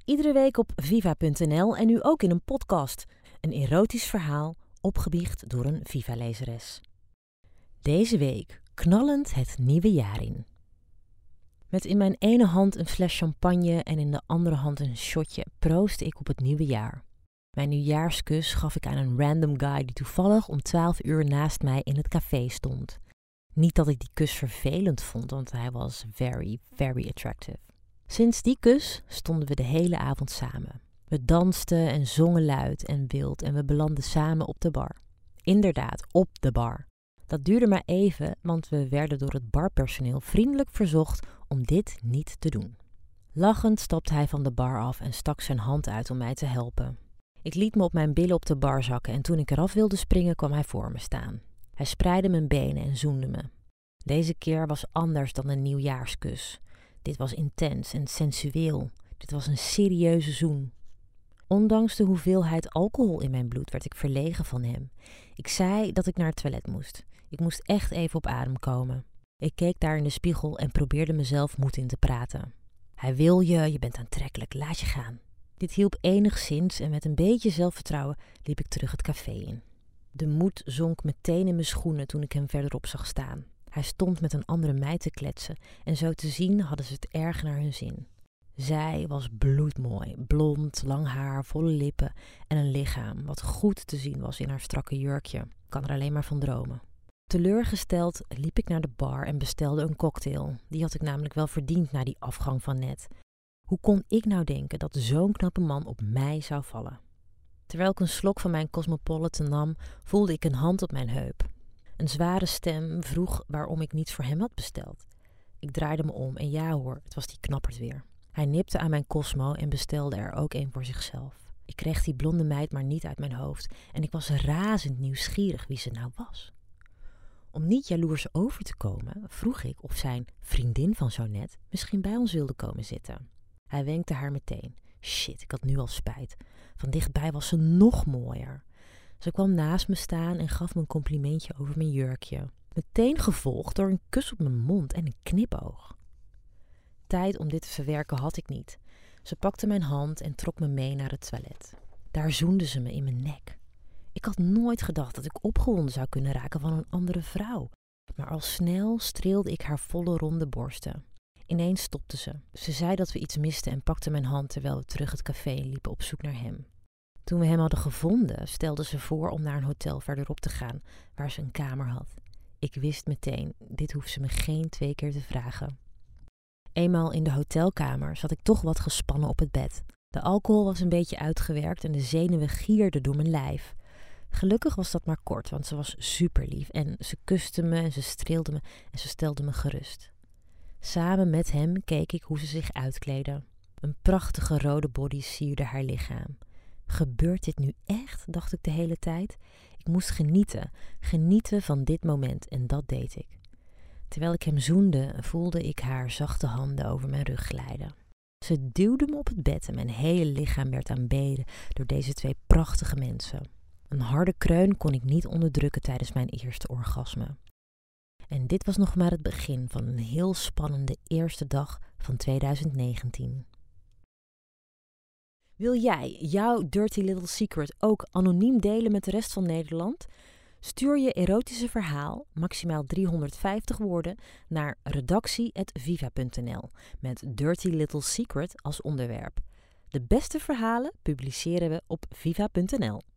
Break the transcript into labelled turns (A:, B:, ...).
A: Iedere week op viva.nl en nu ook in een podcast. Een erotisch verhaal, opgebiecht door een Viva-lezeres. Deze week knallend het nieuwe jaar in. Met in mijn ene hand een fles champagne en in de andere hand een shotje proostte ik op het nieuwe jaar. Mijn nieuwjaarskus gaf ik aan een random guy die toevallig om 12 uur naast mij in het café stond. Niet dat ik die kus vervelend vond, want hij was very, very attractive. Sinds die kus stonden we de hele avond samen. We dansten en zongen luid en wild en we belanden samen op de bar. Inderdaad, op de bar. Dat duurde maar even, want we werden door het barpersoneel vriendelijk verzocht om dit niet te doen. Lachend stapte hij van de bar af en stak zijn hand uit om mij te helpen. Ik liet me op mijn billen op de bar zakken en toen ik eraf wilde springen kwam hij voor me staan. Hij spreidde mijn benen en zoende me. Deze keer was anders dan een nieuwjaarskus. Dit was intens en sensueel. Dit was een serieuze zoen. Ondanks de hoeveelheid alcohol in mijn bloed werd ik verlegen van hem. Ik zei dat ik naar het toilet moest. Ik moest echt even op adem komen. Ik keek daar in de spiegel en probeerde mezelf moed in te praten. Hij wil je bent aantrekkelijk, laat je gaan. Dit hielp enigszins en met een beetje zelfvertrouwen liep ik terug het café in. De moed zonk meteen in mijn schoenen toen ik hem verderop zag staan. Hij stond met een andere meid te kletsen en zo te zien hadden ze het erg naar hun zin. Zij was bloedmooi, blond, lang haar, volle lippen en een lichaam wat goed te zien was in haar strakke jurkje. Ik kan er alleen maar van dromen. Teleurgesteld liep ik naar de bar en bestelde een cocktail. Die had ik namelijk wel verdiend na die afgang van net. Hoe kon ik nou denken dat zo'n knappe man op mij zou vallen? Terwijl ik een slok van mijn Cosmopolitan nam, voelde ik een hand op mijn heup. Een zware stem vroeg waarom ik niets voor hem had besteld. Ik draaide me om en ja hoor, het was die knapperd weer. Hij nipte aan mijn Cosmo en bestelde er ook een voor zichzelf. Ik kreeg die blonde meid maar niet uit mijn hoofd en ik was razend nieuwsgierig wie ze nou was. Om niet jaloers over te komen, vroeg ik of zijn vriendin van zo net misschien bij ons wilde komen zitten. Hij wenkte haar meteen. Shit, ik had nu al spijt. Van dichtbij was ze nog mooier. Ze kwam naast me staan en gaf me een complimentje over mijn jurkje. Meteen gevolgd door een kus op mijn mond en een knipoog. Tijd om dit te verwerken had ik niet. Ze pakte mijn hand en trok me mee naar het toilet. Daar zoende ze me in mijn nek. Ik had nooit gedacht dat ik opgewonden zou kunnen raken van een andere vrouw. Maar al snel streelde ik haar volle ronde borsten. Ineens stopte ze. Ze zei dat we iets misten en pakte mijn hand terwijl we terug het café liepen op zoek naar hem. Toen we hem hadden gevonden, stelde ze voor om naar een hotel verderop te gaan, waar ze een kamer had. Ik wist meteen, dit hoeft ze me geen 2 keer te vragen. Eenmaal in de hotelkamer zat ik toch wat gespannen op het bed. De alcohol was een beetje uitgewerkt en de zenuwen gierden door mijn lijf. Gelukkig was dat maar kort, want ze was super lief en ze kuste me en ze streelde me en ze stelde me gerust. Samen met hem keek ik hoe ze zich uitkleedde. Een prachtige rode body sierde haar lichaam. Gebeurt dit nu echt, dacht ik de hele tijd. Ik moest genieten van dit moment en dat deed ik. Terwijl ik hem zoende, voelde ik haar zachte handen over mijn rug glijden. Ze duwde me op het bed en mijn hele lichaam werd aanbeden door deze 2 prachtige mensen. Een harde kreun kon ik niet onderdrukken tijdens mijn eerste orgasme. En dit was nog maar het begin van een heel spannende eerste dag van 2019. Wil jij jouw dirty little secret ook anoniem delen met de rest van Nederland? Stuur je erotische verhaal, maximaal 350 woorden, naar redactie@viva.nl met dirty little secret als onderwerp. De beste verhalen publiceren we op viva.nl.